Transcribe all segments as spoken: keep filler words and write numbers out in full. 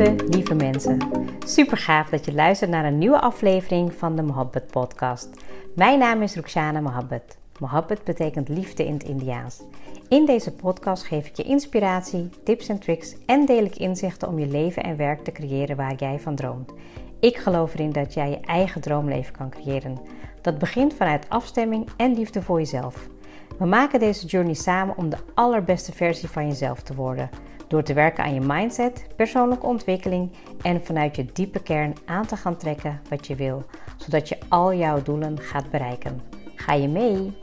Lieve, lieve mensen. Super gaaf dat je luistert naar een nieuwe aflevering van de Mohabbat podcast. Mijn naam is Rukhsana Mohabbat. Mohabbat betekent liefde in het Indiaans. In deze podcast geef ik je inspiratie, tips en tricks en deel ik inzichten om je leven en werk te creëren waar jij van droomt. Ik geloof erin dat jij je eigen droomleven kan creëren. Dat begint vanuit afstemming en liefde voor jezelf. We maken deze journey samen om de allerbeste versie van jezelf te worden. Door te werken aan je mindset, persoonlijke ontwikkeling en vanuit je diepe kern aan te gaan trekken wat je wil. Zodat je al jouw doelen gaat bereiken. Ga je mee?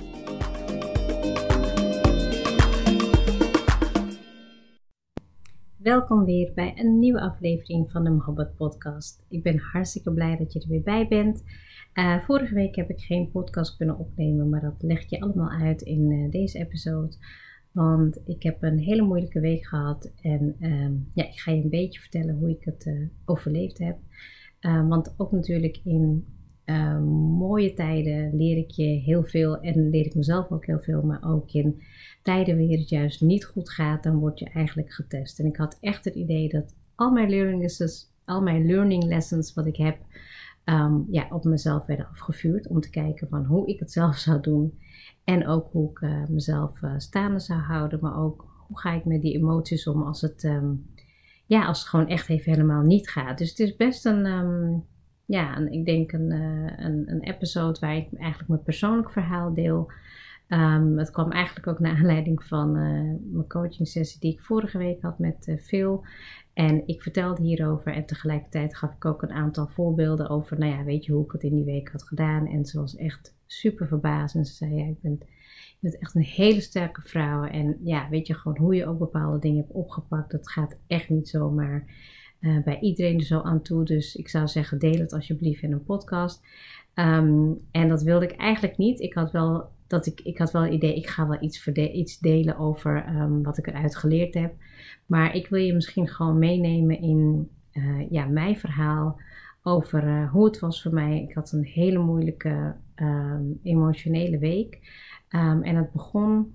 Welkom weer bij een nieuwe aflevering van de Mohabbat podcast. Ik ben hartstikke blij dat je er weer bij bent. Uh, vorige week heb ik geen podcast kunnen opnemen, maar dat leg ik je allemaal uit in uh, deze episode. Want ik heb een hele moeilijke week gehad en um, ja, ik ga je een beetje vertellen hoe ik het uh, overleefd heb. Uh, want ook natuurlijk in uh, mooie tijden leer ik je heel veel en leer ik mezelf ook heel veel. Maar ook in tijden wanneer het juist niet goed gaat, dan word je eigenlijk getest. En ik had echt het idee dat al mijn learning lessons, al mijn learning lessons wat ik heb, um, ja, op mezelf werden afgevuurd. Om te kijken van hoe ik het zelf zou doen. En ook hoe ik uh, mezelf uh, staande zou houden. Maar ook hoe ga ik met die emoties om als het, um, ja, als het gewoon echt even helemaal niet gaat. Dus het is best een, um, ja, een, ik denk een, uh, een, een episode waar ik eigenlijk mijn persoonlijk verhaal deel. Um, het kwam eigenlijk ook naar aanleiding van uh, mijn coaching sessie die ik vorige week had met uh, Phil. En ik vertelde hierover en tegelijkertijd gaf ik ook een aantal voorbeelden over, nou ja, weet je hoe ik het in die week had gedaan. En ze was echt super verbaasd en ze zei, ja, ik ben, je bent echt een hele sterke vrouw. En ja, weet je, gewoon hoe je ook bepaalde dingen hebt opgepakt, dat gaat echt niet zomaar uh, bij iedereen er zo aan toe. Dus ik zou zeggen, deel het alsjeblieft in een podcast. Um, en dat wilde ik eigenlijk niet. Ik had wel, dat ik, ik had wel het idee, ik ga wel iets, verde- iets delen over um, wat ik eruit geleerd heb. Maar ik wil je misschien gewoon meenemen in uh, ja, mijn verhaal over uh, hoe het was voor mij. Ik had een hele moeilijke um, emotionele week. Um, en het begon,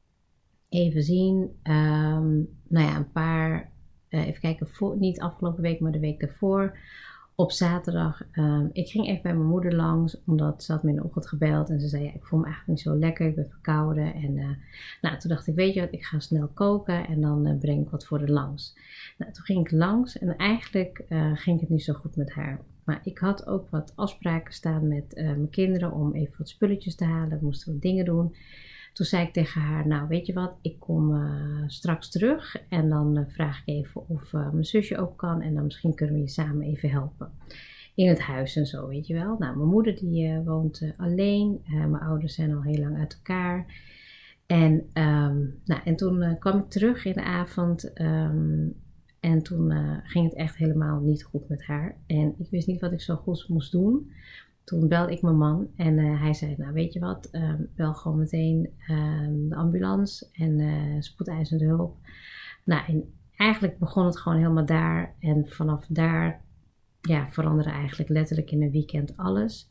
even zien, um, nou ja, een paar, uh, even kijken, voor, niet afgelopen week, maar de week daarvoor. Op zaterdag, um, ik ging even bij mijn moeder langs, omdat ze had me in de ochtend gebeld en ze zei, ja, ik voel me eigenlijk niet zo lekker, ik ben verkouden. En uh, nou, toen dacht ik, weet je wat, ik ga snel koken en dan uh, breng ik wat voor haar langs. Nou, toen ging ik langs en eigenlijk uh, ging het niet zo goed met haar. Maar ik had ook wat afspraken staan met uh, mijn kinderen om even wat spulletjes te halen, we moesten wat dingen doen. Toen zei ik tegen haar, nou weet je wat, ik kom uh, straks terug en dan uh, vraag ik even of uh, mijn zusje ook kan en dan misschien kunnen we je samen even helpen. In het huis en zo, weet je wel. Nou, mijn moeder die uh, woont uh, alleen, uh, mijn ouders zijn al heel lang uit elkaar. En, um, nou, en toen uh, kwam ik terug in de avond um, en toen uh, ging het echt helemaal niet goed met haar. En ik wist niet wat ik zo goed moest doen. Toen belde ik mijn man en uh, hij zei, nou weet je wat, uh, bel gewoon meteen uh, de ambulance en uh, spoedeisende hulp. Nou, en eigenlijk begon het gewoon helemaal daar en vanaf daar ja, veranderde eigenlijk letterlijk in een weekend alles.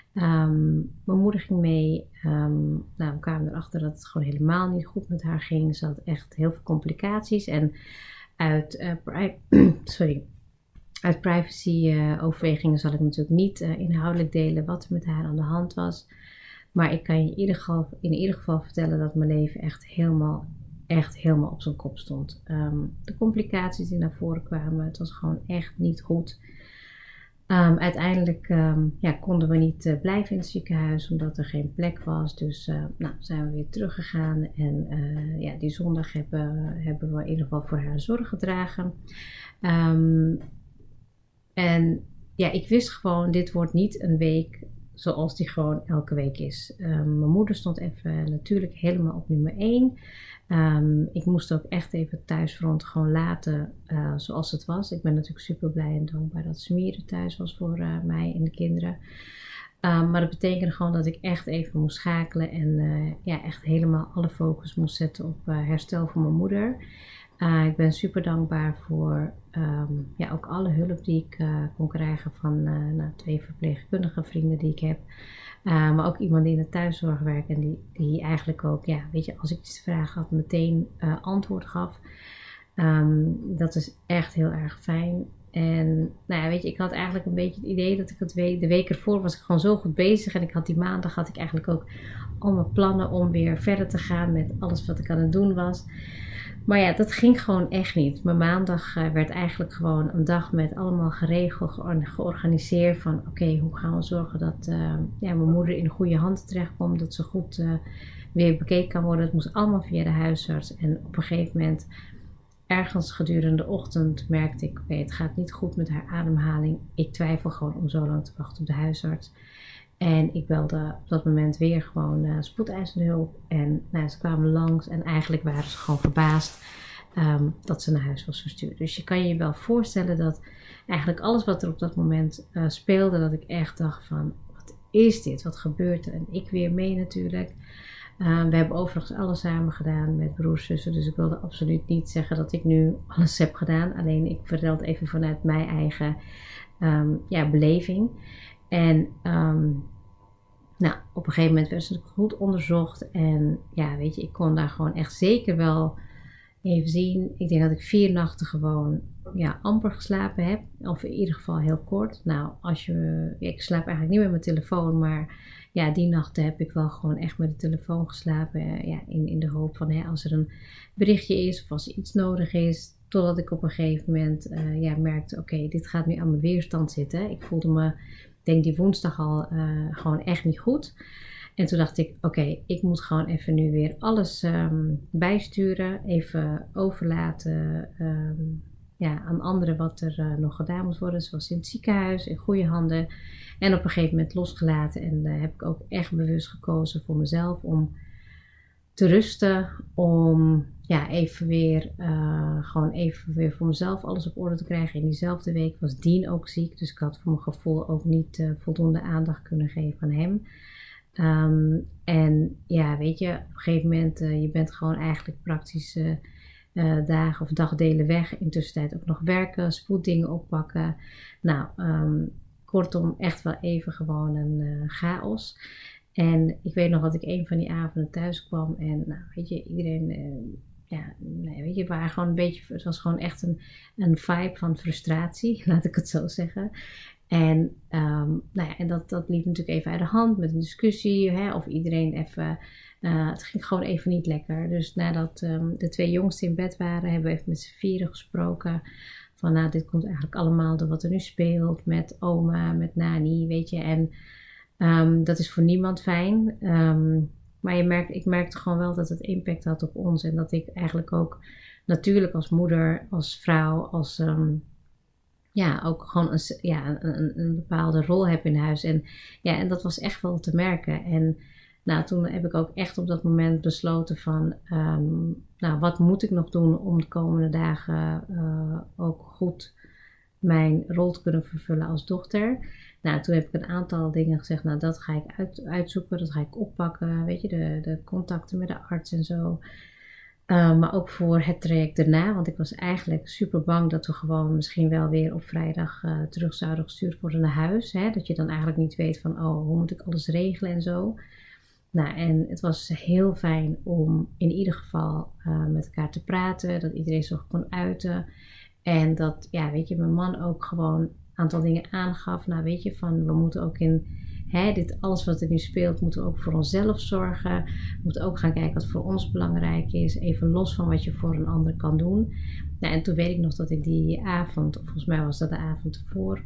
Um, mijn moeder ging mee, um, nou, we kwamen erachter dat het gewoon helemaal niet goed met haar ging. Ze had echt heel veel complicaties en uit, uh, pri- sorry, uit privacy uh, overwegingen zal ik natuurlijk niet uh, inhoudelijk delen wat er met haar aan de hand was. Maar ik kan je in ieder geval, in ieder geval vertellen dat mijn leven echt helemaal, echt helemaal op zijn kop stond. Um, de complicaties die naar voren kwamen, het was gewoon echt niet goed. Um, uiteindelijk um, ja, konden we niet uh, blijven in het ziekenhuis omdat er geen plek was. Dus uh, nou, zijn we weer teruggegaan. En uh, ja, die zondag hebben, hebben we in ieder geval voor haar zorg gedragen. Um, en ja, ik wist gewoon, dit wordt niet een week zoals die gewoon elke week is. Um, mijn moeder stond even natuurlijk helemaal op nummer één. Um, ik moest ook echt even het thuisfront gewoon laten uh, zoals het was. Ik ben natuurlijk super blij en dankbaar dat Smire thuis was voor uh, mij en de kinderen. Um, maar dat betekende gewoon dat ik echt even moest schakelen en uh, ja, echt helemaal alle focus moest zetten op uh, herstel van mijn moeder. Uh, ik ben super dankbaar voor um, ja, ook alle hulp die ik uh, kon krijgen van uh, nou, twee verpleegkundige vrienden die ik heb. Uh, maar ook iemand die in de thuiszorg werkt en die, die eigenlijk ook, ja, weet je, als ik iets te vragen had, meteen uh, antwoord gaf. Um, dat is echt heel erg fijn. En nou ja, weet je, ik had eigenlijk een beetje het idee dat ik het week, de week ervoor was ik gewoon zo goed bezig. En ik had die maandag had ik eigenlijk ook al mijn plannen om weer verder te gaan met alles wat ik aan het doen was. Maar ja, dat ging gewoon echt niet. Mijn maandag uh, werd eigenlijk gewoon een dag met allemaal geregeld, ge- georganiseerd van oké, okay, hoe gaan we zorgen dat uh, ja, mijn moeder in goede handen terechtkomt. Dat ze goed uh, weer bekeken kan worden. Het moest allemaal via de huisarts. En op een gegeven moment, ergens gedurende de ochtend, merkte ik oké, okay, het gaat niet goed met haar ademhaling. Ik twijfel gewoon om zo lang te wachten op de huisarts. En ik belde op dat moment weer gewoon uh, spoedeisende hulp. En nou, ze kwamen langs en eigenlijk waren ze gewoon verbaasd um, dat ze naar huis was verstuurd. Dus je kan je wel voorstellen dat eigenlijk alles wat er op dat moment uh, speelde, dat ik echt dacht van, wat is dit? Wat gebeurt er? En ik weer mee natuurlijk. Uh, we hebben overigens alles samen gedaan met broers, zussen. Dus ik wilde absoluut niet zeggen dat ik nu alles heb gedaan. Alleen ik vertel het even vanuit mijn eigen um, ja, beleving. En um, nou, op een gegeven moment werd ze goed onderzocht. En ja, weet je, ik kon daar gewoon echt zeker wel even zien. Ik denk dat ik vier nachten gewoon ja, amper geslapen heb. Of in ieder geval heel kort. Nou, als je, ja, ik slaap eigenlijk niet met mijn telefoon. Maar ja, die nachten heb ik wel gewoon echt met de telefoon geslapen. Ja, in, in de hoop van hè, als er een berichtje is of als er iets nodig is. Totdat ik op een gegeven moment uh, ja, merkte, oké, okay, dit gaat nu aan mijn weerstand zitten. Ik voelde me, ik denk die woensdag al, uh, gewoon echt niet goed. En toen dacht ik, oké, okay, ik moet gewoon even nu weer alles um, bijsturen. Even overlaten um, ja, aan anderen wat er uh, nog gedaan moet worden. Zoals in het ziekenhuis, in goede handen. En op een gegeven moment losgelaten. En uh, heb ik ook echt bewust gekozen voor mezelf om te rusten. Om ja, even weer, uh, gewoon even weer voor mezelf alles op orde te krijgen. In diezelfde week was Dien ook ziek. Dus ik had voor mijn gevoel ook niet uh, voldoende aandacht kunnen geven aan hem. Um, en ja, weet je, op een gegeven moment, uh, je bent gewoon eigenlijk praktisch uh, uh, dagen of dagdelen weg. Intussen ook nog werken, spoeddingen oppakken. Nou, um, kortom, echt wel even gewoon een uh, chaos. En ik weet nog dat ik een van die avonden thuis kwam en nou, weet je, iedereen, uh, ja, nee, weet je, het waren gewoon een beetje, het was gewoon echt een, een vibe van frustratie, laat ik het zo zeggen. En, um, nou ja, en dat, dat liep natuurlijk even uit de hand met een discussie, hè, of iedereen even, uh, het ging gewoon even niet lekker. Dus nadat um, de twee jongsten in bed waren, hebben we even met z'n vieren gesproken. Van nou, dit komt eigenlijk allemaal door wat er nu speelt met oma, met nani, weet je. En um, dat is voor niemand fijn. Um, maar je merkt, ik merkte gewoon wel dat het impact had op ons. En dat ik eigenlijk ook natuurlijk als moeder, als vrouw, als... Um, ja, ook gewoon een, ja, een, een bepaalde rol heb in huis. En, ja, en dat was echt wel te merken. En nou, toen heb ik ook echt op dat moment besloten van... Um, nou, wat moet ik nog doen om de komende dagen uh, ook goed mijn rol te kunnen vervullen als dochter. Nou, toen heb ik een aantal dingen gezegd. Nou, dat ga ik uit, uitzoeken, dat ga ik oppakken. Weet je, de, de contacten met de arts en zo... Uh, maar ook voor het traject daarna. Want ik was eigenlijk super bang dat we gewoon misschien wel weer op vrijdag uh, terug zouden gestuurd worden naar huis. Hè? Dat je dan eigenlijk niet weet van, oh, hoe moet ik alles regelen en zo. Nou, en het was heel fijn om in ieder geval uh, met elkaar te praten. Dat iedereen zich kon uiten. En dat, ja, weet je, mijn man ook gewoon een aantal dingen aangaf. Nou, weet je, van we moeten ook in... He, dit, alles wat er nu speelt, moeten we ook voor onszelf zorgen. We moeten ook gaan kijken wat voor ons belangrijk is. Even los van wat je voor een ander kan doen. Nou, en toen weet ik nog dat ik die avond, of volgens mij was dat de avond ervoor.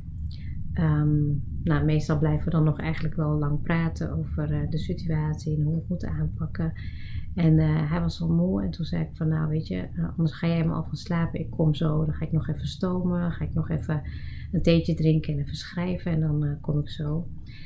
Um, nou, meestal blijven we dan nog eigenlijk wel lang praten over uh, de situatie en hoe we het moeten aanpakken. En uh, hij was al moe en toen zei ik van nou weet je, uh, anders ga jij me al van slapen. Ik kom zo, dan ga ik nog even stomen. Ga ik nog even een theetje drinken en even schrijven en dan uh, kom ik zo.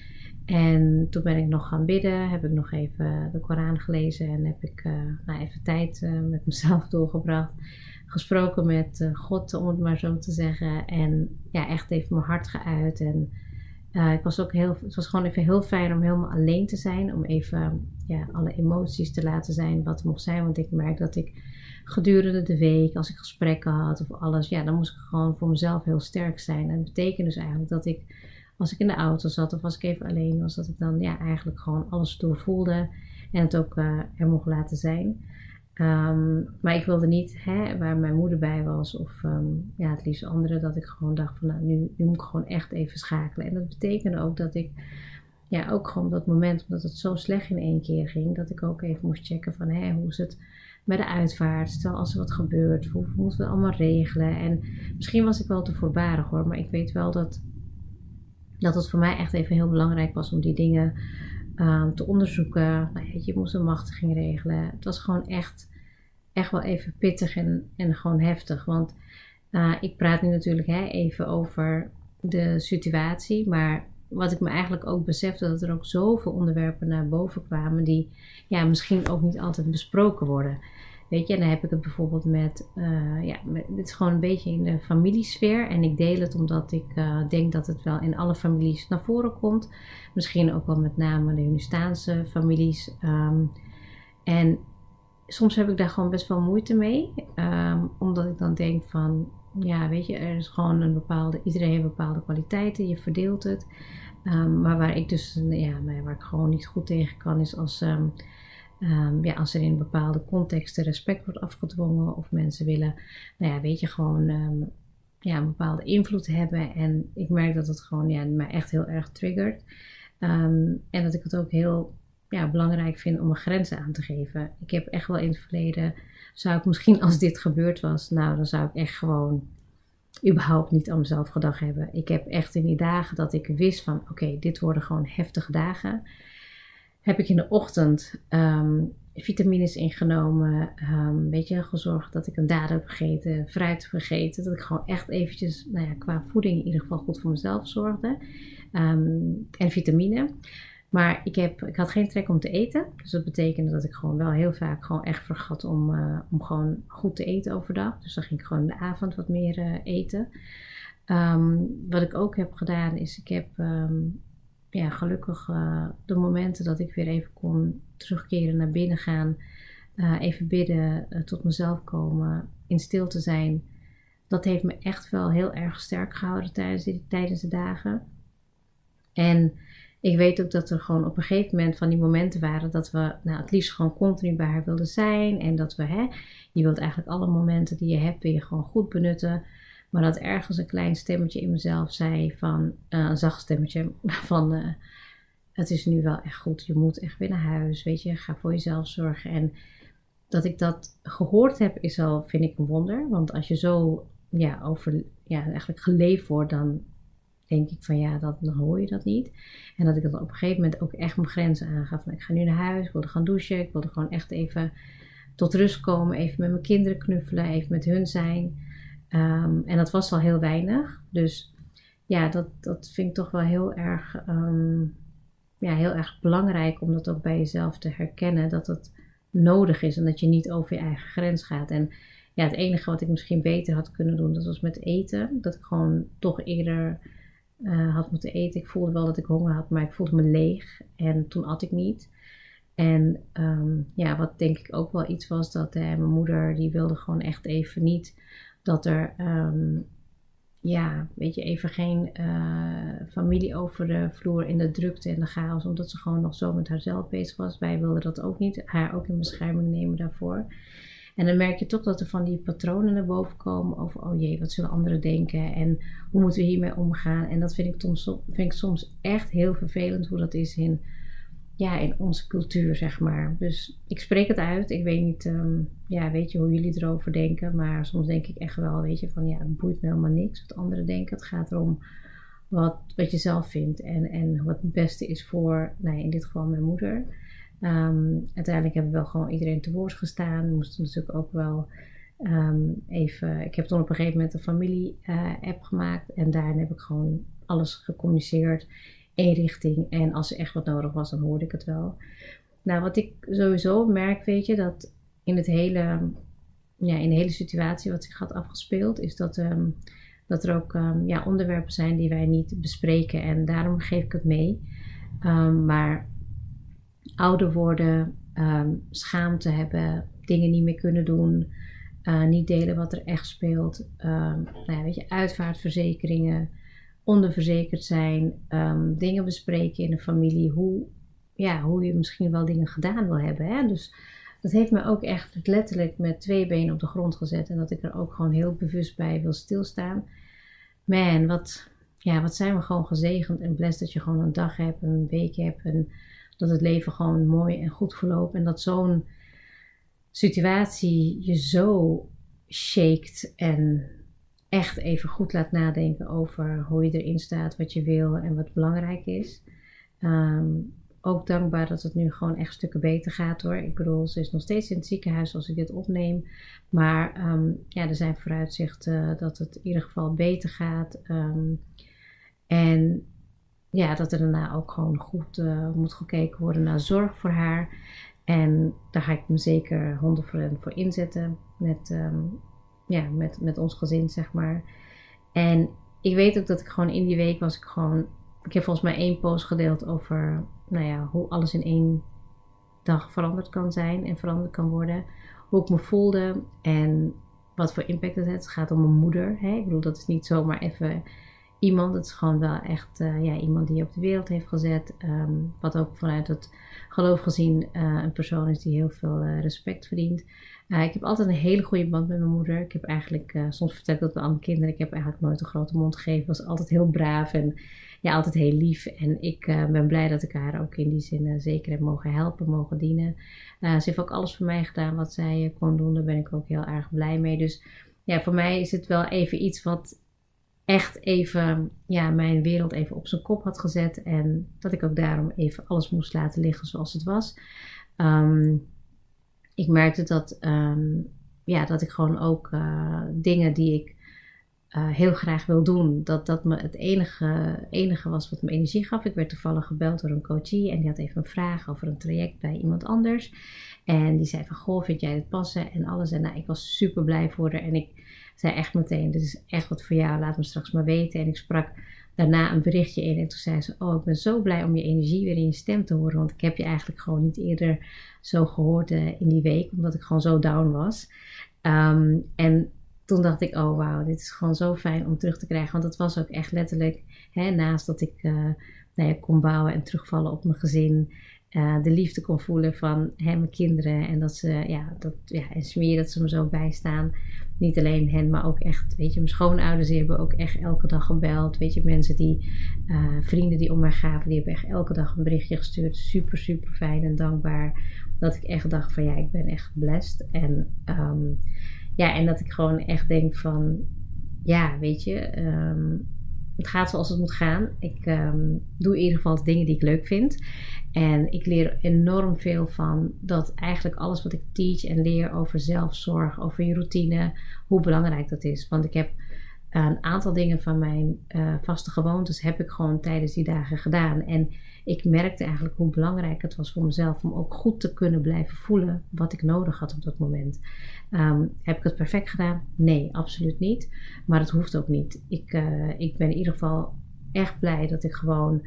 En toen ben ik nog gaan bidden, heb ik nog even de Koran gelezen en heb ik uh, nou, even tijd uh, met mezelf doorgebracht. Gesproken met uh, God, om het maar zo te zeggen. En ja, echt even mijn hart geuit. En uh, ik was ook heel, het was gewoon even heel fijn om helemaal alleen te zijn. Om even ja, alle emoties te laten zijn wat er mocht zijn. Want ik merk dat ik gedurende de week, als ik gesprekken had of alles, ja, dan moest ik gewoon voor mezelf heel sterk zijn. En dat betekent dus eigenlijk dat ik... Als ik in de auto zat of als ik even alleen was, dat ik dan ja, eigenlijk gewoon alles doorvoelde en het ook uh, er mocht laten zijn. Um, maar ik wilde niet, hè, waar mijn moeder bij was of um, ja, het liefst anderen, dat ik gewoon dacht van nou, nu, nu moet ik gewoon echt even schakelen. En dat betekende ook dat ik, ja, ook gewoon op dat moment, omdat het zo slecht in één keer ging, dat ik ook even moest checken van hè, hoe is het met de uitvaart, stel als er wat gebeurt, hoe, hoe moeten we het allemaal regelen. En misschien was ik wel te voorbarig hoor, maar ik weet wel dat, dat het voor mij echt even heel belangrijk was om die dingen um, te onderzoeken. Nou, je, je moest een machtiging regelen. Het was gewoon echt, echt wel even pittig en, en gewoon heftig. Want uh, ik praat nu natuurlijk hè, even over de situatie. Maar wat ik me eigenlijk ook besefte, dat er ook zoveel onderwerpen naar boven kwamen die ja, misschien ook niet altijd besproken worden. Weet je, en dan heb ik het bijvoorbeeld met, uh, ja, met, dit is gewoon een beetje in de familiesfeer. En ik deel het omdat ik uh, denk dat het wel in alle families naar voren komt. Misschien ook wel met name de Hindustaanse families. Um, en soms heb ik daar gewoon best wel moeite mee. Um, omdat ik dan denk van, ja weet je, er is gewoon een bepaalde, iedereen heeft bepaalde kwaliteiten. Je verdeelt het. Um, maar waar ik dus, ja, waar ik gewoon niet goed tegen kan is als... Um, Um, ja, als er in bepaalde contexten respect wordt afgedwongen of mensen willen, nou ja, weet je, gewoon um, ja, een bepaalde invloed hebben. En ik merk dat het gewoon ja, mij echt heel erg triggert. Um, en dat ik het ook heel ja, belangrijk vind om mijn grenzen aan te geven. Ik heb echt wel in het verleden, zou ik misschien als dit gebeurd was, nou dan zou ik echt gewoon überhaupt niet aan mezelf gedacht hebben. Ik heb echt in die dagen dat ik wist van oké, okay, dit worden gewoon heftige dagen. Heb ik in de ochtend um, vitamines ingenomen, um, weet je, gezorgd dat ik een dade heb gegeten, fruit heb gegeten. Dat ik gewoon echt eventjes, nou ja, qua voeding in ieder geval goed voor mezelf zorgde. Um, en vitamine. Maar ik, heb, ik had geen trek om te eten. Dus dat betekende dat ik gewoon wel heel vaak gewoon echt vergat om, uh, om gewoon goed te eten overdag. Dus dan ging ik gewoon in de avond wat meer uh, eten. Um, wat ik ook heb gedaan is, ik heb... Um, Ja, gelukkig uh, de momenten dat ik weer even kon terugkeren naar binnen gaan. Uh, even bidden, uh, tot mezelf komen, in stilte zijn. Dat heeft me echt wel heel erg sterk gehouden tijdens, die, tijdens de dagen. En ik weet ook dat er gewoon op een gegeven moment van die momenten waren dat we nou, het liefst gewoon continu bij haar wilden zijn. En dat we, hè, je wilt eigenlijk alle momenten die je hebt, wil je gewoon goed benutten. Maar dat ergens een klein stemmetje in mezelf zei van, uh, een zacht stemmetje van, uh, het is nu wel echt goed, je moet echt weer naar huis, weet je, ga voor jezelf zorgen. En dat ik dat gehoord heb is al, vind ik een wonder. Want als je zo, ja, over, ja, eigenlijk geleefd wordt, dan denk ik van, ja, dat, dan hoor je dat niet. En dat ik dan op een gegeven moment ook echt mijn grenzen aangaf. Van, ik ga nu naar huis, ik wilde gaan douchen, ik wilde gewoon echt even tot rust komen, even met mijn kinderen knuffelen, even met hun zijn. Um, en dat was al heel weinig. Dus ja, dat, dat vind ik toch wel heel erg, um, ja, heel erg belangrijk om dat ook bij jezelf te herkennen. Dat het nodig is en dat je niet over je eigen grens gaat. En ja, het enige wat ik misschien beter had kunnen doen, dat was met eten. Dat ik gewoon toch eerder uh, had moeten eten. Ik voelde wel dat ik honger had, maar ik voelde me leeg. En toen at ik niet. En um, ja, wat denk ik ook wel iets was, dat uh, mijn moeder, die wilde gewoon echt even niet... Dat er, um, ja, weet je, even geen uh, familie over de vloer in de drukte en de chaos. Omdat ze gewoon nog zo met haarzelf bezig was. Wij wilden dat ook niet. Haar ook in bescherming nemen daarvoor. En dan merk je toch dat er van die patronen naar boven komen. Over, oh jee, wat zullen anderen denken? En hoe moeten we hiermee omgaan? En dat vind ik, soms, vind ik soms echt heel vervelend hoe dat is in... Ja, in onze cultuur, zeg maar. Dus ik spreek het uit. Ik weet niet, um, ja, weet je hoe jullie erover denken. Maar soms denk ik echt wel, weet je, van ja, het boeit me helemaal niks wat anderen denken. Het gaat erom wat, wat je zelf vindt. En, en wat het beste is voor, nou ja, in dit geval mijn moeder. Um, uiteindelijk hebben we wel gewoon iedereen te woord gestaan. We moesten natuurlijk ook wel um, even... Ik heb toen op een gegeven moment een familie-app uh, gemaakt. En daarin heb ik gewoon alles gecommuniceerd. Eén richting. En als er echt wat nodig was, dan hoorde ik het wel. Nou, wat ik sowieso merk, weet je, dat in het hele, ja, in de hele situatie wat zich had afgespeeld, is dat, um, dat er ook um, ja, onderwerpen zijn die wij niet bespreken. En daarom geef ik het mee. Um, maar ouder worden, um, schaamte hebben, dingen niet meer kunnen doen, uh, niet delen wat er echt speelt. Um, nou ja, weet je, uitvaartverzekeringen, onderverzekerd zijn, um, dingen bespreken in de familie, hoe, ja, hoe je misschien wel dingen gedaan wil hebben. Hè? Dus dat heeft me ook echt letterlijk met twee benen op de grond gezet. En dat ik er ook gewoon heel bewust bij wil stilstaan. Man, wat, ja, wat zijn we gewoon gezegend en blessed dat je gewoon een dag hebt, een week hebt. En dat het leven gewoon mooi en goed verloopt. En dat zo'n situatie je zo shakt en echt even goed laat nadenken over hoe je erin staat, wat je wil en wat belangrijk is. Um, ook dankbaar dat het nu gewoon echt stukken beter gaat hoor. Ik bedoel, ze is nog steeds in het ziekenhuis als ik dit opneem. Maar um, ja, er zijn vooruitzichten dat het in ieder geval beter gaat. Um, en ja, dat er daarna ook gewoon goed uh, moet gekeken worden naar zorg voor haar. En daar ga ik me zeker honderd procent voor inzetten. Met, um, ja, met, met ons gezin, zeg maar. En ik weet ook dat ik gewoon in die week was ik gewoon... Ik heb volgens mij één post gedeeld over nou ja, hoe alles in één dag veranderd kan zijn en veranderd kan worden. Hoe ik me voelde en wat voor impact het heeft. Het gaat om mijn moeder. Hè? Ik bedoel, dat is niet zomaar even iemand. Het is gewoon wel echt uh, ja, iemand die je op de wereld heeft gezet. Um, wat ook vanuit het geloof gezien uh, een persoon is die heel veel uh, respect verdient. Uh, ik heb altijd een hele goede band met mijn moeder. Ik heb eigenlijk, uh, soms vertel ik dat bij andere kinderen, ik heb eigenlijk nooit een grote mond gegeven. Ik was altijd heel braaf en ja, altijd heel lief. En ik uh, ben blij dat ik haar ook in die zin uh, zeker heb mogen helpen, mogen dienen. Uh, ze heeft ook alles voor mij gedaan wat zij uh, kon doen. Daar ben ik ook heel erg blij mee. Dus ja, voor mij is het wel even iets wat echt even ja, mijn wereld even op zijn kop had gezet. En dat ik ook daarom even alles moest laten liggen zoals het was. Um, ik merkte dat, um, ja, dat ik gewoon ook uh, dingen die ik uh, heel graag wil doen. Dat dat me het enige, enige was wat me energie gaf. Ik werd toevallig gebeld door een coachie. En die had even een vraag over een traject bij iemand anders. En die zei van, goh, vind jij dit passen? En alles. En nou, ik was super blij voor haar. En ik zei echt meteen, dit is echt wat voor jou. Laat me straks maar weten. En ik sprak daarna een berichtje in. En toen zei ze, oh, ik ben zo blij om je energie weer in je stem te horen. Want ik heb je eigenlijk gewoon niet eerder zo gehoord uh, in die week. Omdat ik gewoon zo down was. Um, en toen dacht ik, oh wauw, dit is gewoon zo fijn om terug te krijgen. Want het was ook echt letterlijk, hè, naast dat ik uh, nou ja, kon bouwen en terugvallen op mijn gezin. Uh, de liefde kon voelen van hè, mijn kinderen. En dat ze, ja, dat, ja, en smeer dat ze me zo bijstaan. Niet alleen hen, maar ook echt, weet je, mijn schoonouders die hebben ook echt elke dag gebeld. Weet je, mensen die, uh, vrienden die om mij gaven, die hebben echt elke dag een berichtje gestuurd. Super, super fijn en dankbaar. Dat ik echt dacht van ja, ik ben echt blessed. En um, ja, en dat ik gewoon echt denk van, ja, weet je, um, het gaat zoals het moet gaan. Ik um, doe in ieder geval de dingen die ik leuk vind. En ik leer enorm veel van dat eigenlijk alles wat ik teach en leer over zelfzorg, over je routine, hoe belangrijk dat is. Want ik heb een aantal dingen van mijn uh, vaste gewoontes heb ik gewoon tijdens die dagen gedaan. En ik merkte eigenlijk hoe belangrijk het was voor mezelf om ook goed te kunnen blijven voelen wat ik nodig had op dat moment. Um, heb ik het perfect gedaan? Nee, absoluut niet. Maar het hoeft ook niet. Ik, uh, ik ben in ieder geval echt blij dat ik gewoon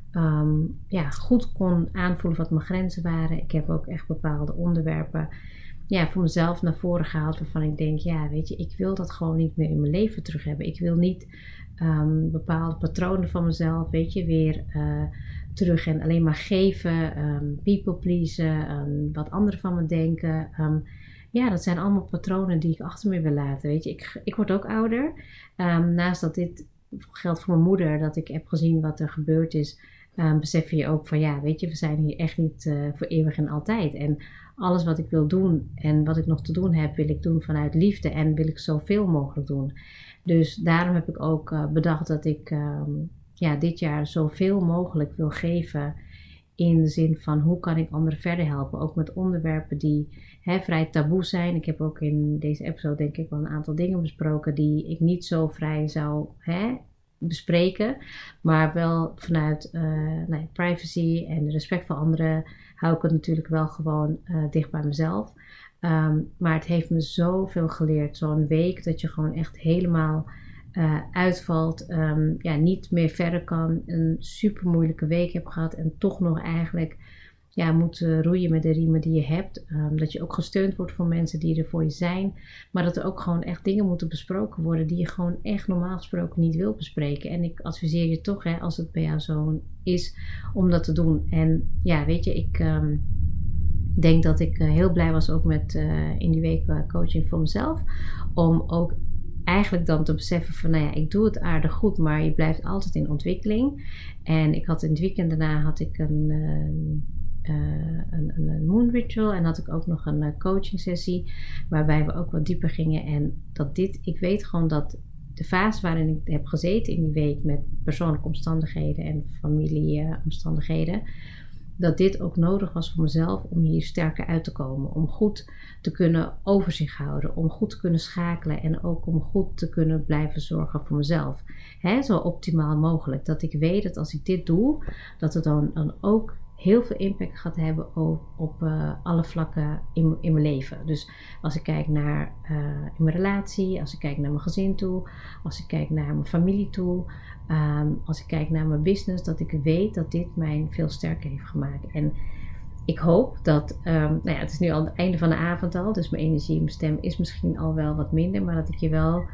um, ja, goed kon aanvoelen wat mijn grenzen waren. Ik heb ook echt bepaalde onderwerpen ja, voor mezelf naar voren gehaald waarvan ik denk, ja, weet je, ik wil dat gewoon niet meer in mijn leven terug hebben. Ik wil niet um, bepaalde patronen van mezelf, weet je, weer uh, terug en alleen maar geven, um, people pleasen, um, wat anderen van me denken. Um, ja, dat zijn allemaal patronen die ik achter me wil laten, weet je. Ik, ik word ook ouder. Um, naast dat dit geldt voor mijn moeder, dat ik heb gezien wat er gebeurd is, um, besef je ook van, ja, weet je, we zijn hier echt niet uh, voor eeuwig en altijd. En alles wat ik wil doen en wat ik nog te doen heb, wil ik doen vanuit liefde en wil ik zoveel mogelijk doen. Dus daarom heb ik ook uh, bedacht dat ik um, ja, dit jaar zoveel mogelijk wil geven in de zin van hoe kan ik anderen verder helpen. Ook met onderwerpen die hè, vrij taboe zijn. Ik heb ook in deze episode denk ik wel een aantal dingen besproken die ik niet zo vrij zou hè, bespreken. Maar wel vanuit uh, nou ja, privacy en respect voor anderen hou ik het natuurlijk wel gewoon uh, dicht bij mezelf. Um, maar het heeft me zoveel geleerd. Zo'n week dat je gewoon echt helemaal uh, uitvalt. Um, ja, niet meer verder kan. Een super moeilijke week heb gehad. En toch nog eigenlijk ja, moet uh, roeien met de riemen die je hebt. Um, dat je ook gesteund wordt van mensen die er voor je zijn. Maar dat er ook gewoon echt dingen moeten besproken worden die je gewoon echt normaal gesproken niet wil bespreken. En ik adviseer je toch, hè, als het bij jou zo is, om dat te doen. En ja, weet je, ik... Um, Ik denk dat ik uh, heel blij was ook met uh, in die week uh, coaching voor mezelf. Om ook eigenlijk dan te beseffen van, nou ja, ik doe het aardig goed, maar je blijft altijd in ontwikkeling. En ik had in het weekend daarna had ik een, uh, uh, een, een moon ritual en had ik ook nog een uh, coaching sessie waarbij we ook wat dieper gingen. En dat dit, ik weet gewoon dat de fase waarin ik heb gezeten in die week met persoonlijke omstandigheden en familieomstandigheden, uh, dat dit ook nodig was voor mezelf om hier sterker uit te komen. Om goed te kunnen overzicht houden. Om goed te kunnen schakelen. En ook om goed te kunnen blijven zorgen voor mezelf. He, zo optimaal mogelijk. Dat ik weet dat als ik dit doe, dat het dan, dan ook heel veel impact gaat hebben op, op uh, alle vlakken in, in mijn leven. Dus als ik kijk naar uh, in mijn relatie, als ik kijk naar mijn gezin toe, als ik kijk naar mijn familie toe, um, als ik kijk naar mijn business, dat ik weet dat dit mij veel sterker heeft gemaakt. En ik hoop dat, um, nou ja, het is nu al het einde van de avond al, dus mijn energie, mijn stem is misschien al wel wat minder, maar dat ik je wel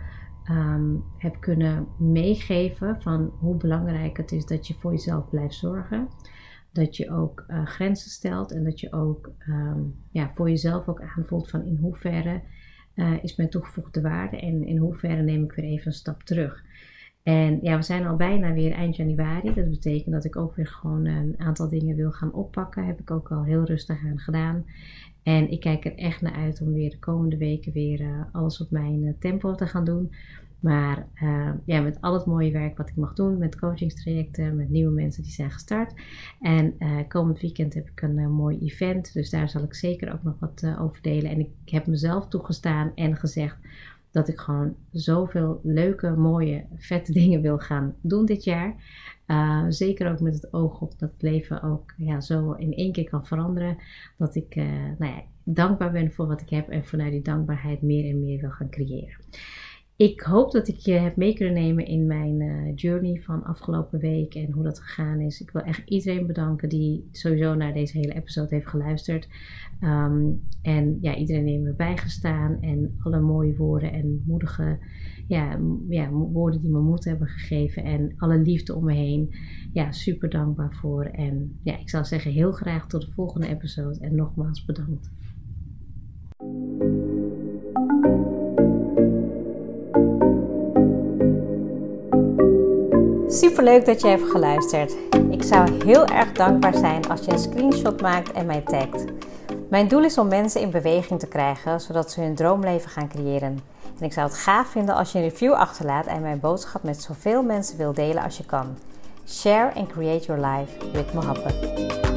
um, heb kunnen meegeven van hoe belangrijk het is dat je voor jezelf blijft zorgen. Dat je ook uh, grenzen stelt en dat je ook um, ja, voor jezelf ook aanvoelt van in hoeverre uh, is mijn toegevoegde waarde en in hoeverre neem ik weer even een stap terug. En ja, we zijn al bijna weer eind januari. Dat betekent dat ik ook weer gewoon een aantal dingen wil gaan oppakken. Heb ik ook al heel rustig aan gedaan. En ik kijk er echt naar uit om weer de komende weken weer uh, alles op mijn uh, tempo te gaan doen. Maar uh, ja, met al het mooie werk wat ik mag doen, met coachingstrajecten, met nieuwe mensen die zijn gestart. En uh, komend weekend heb ik een uh, mooi event, dus daar zal ik zeker ook nog wat uh, over delen. En ik heb mezelf toegestaan en gezegd dat ik gewoon zoveel leuke, mooie, vette dingen wil gaan doen dit jaar. Uh, zeker ook met het oog op dat het leven ook ja, zo in één keer kan veranderen. Dat ik uh, nou ja, dankbaar ben voor wat ik heb en vanuit die dankbaarheid meer en meer wil gaan creëren. Ik hoop dat ik je heb mee kunnen nemen in mijn uh, journey van afgelopen week en hoe dat gegaan is. Ik wil echt iedereen bedanken die sowieso naar deze hele episode heeft geluisterd. Um, en ja, iedereen heeft me bijgestaan en alle mooie woorden en moedige ja, ja, woorden die me moed hebben gegeven. En alle liefde om me heen. Ja, super dankbaar voor. En ja, ik zou zeggen heel graag tot de volgende episode en nogmaals bedankt. Superleuk dat je hebt geluisterd. Ik zou heel erg dankbaar zijn als je een screenshot maakt en mij tagt. Mijn doel is om mensen in beweging te krijgen, zodat ze hun droomleven gaan creëren. En ik zou het gaaf vinden als je een review achterlaat en mijn boodschap met zoveel mensen wil delen als je kan. Share and create your life with Mohabbat.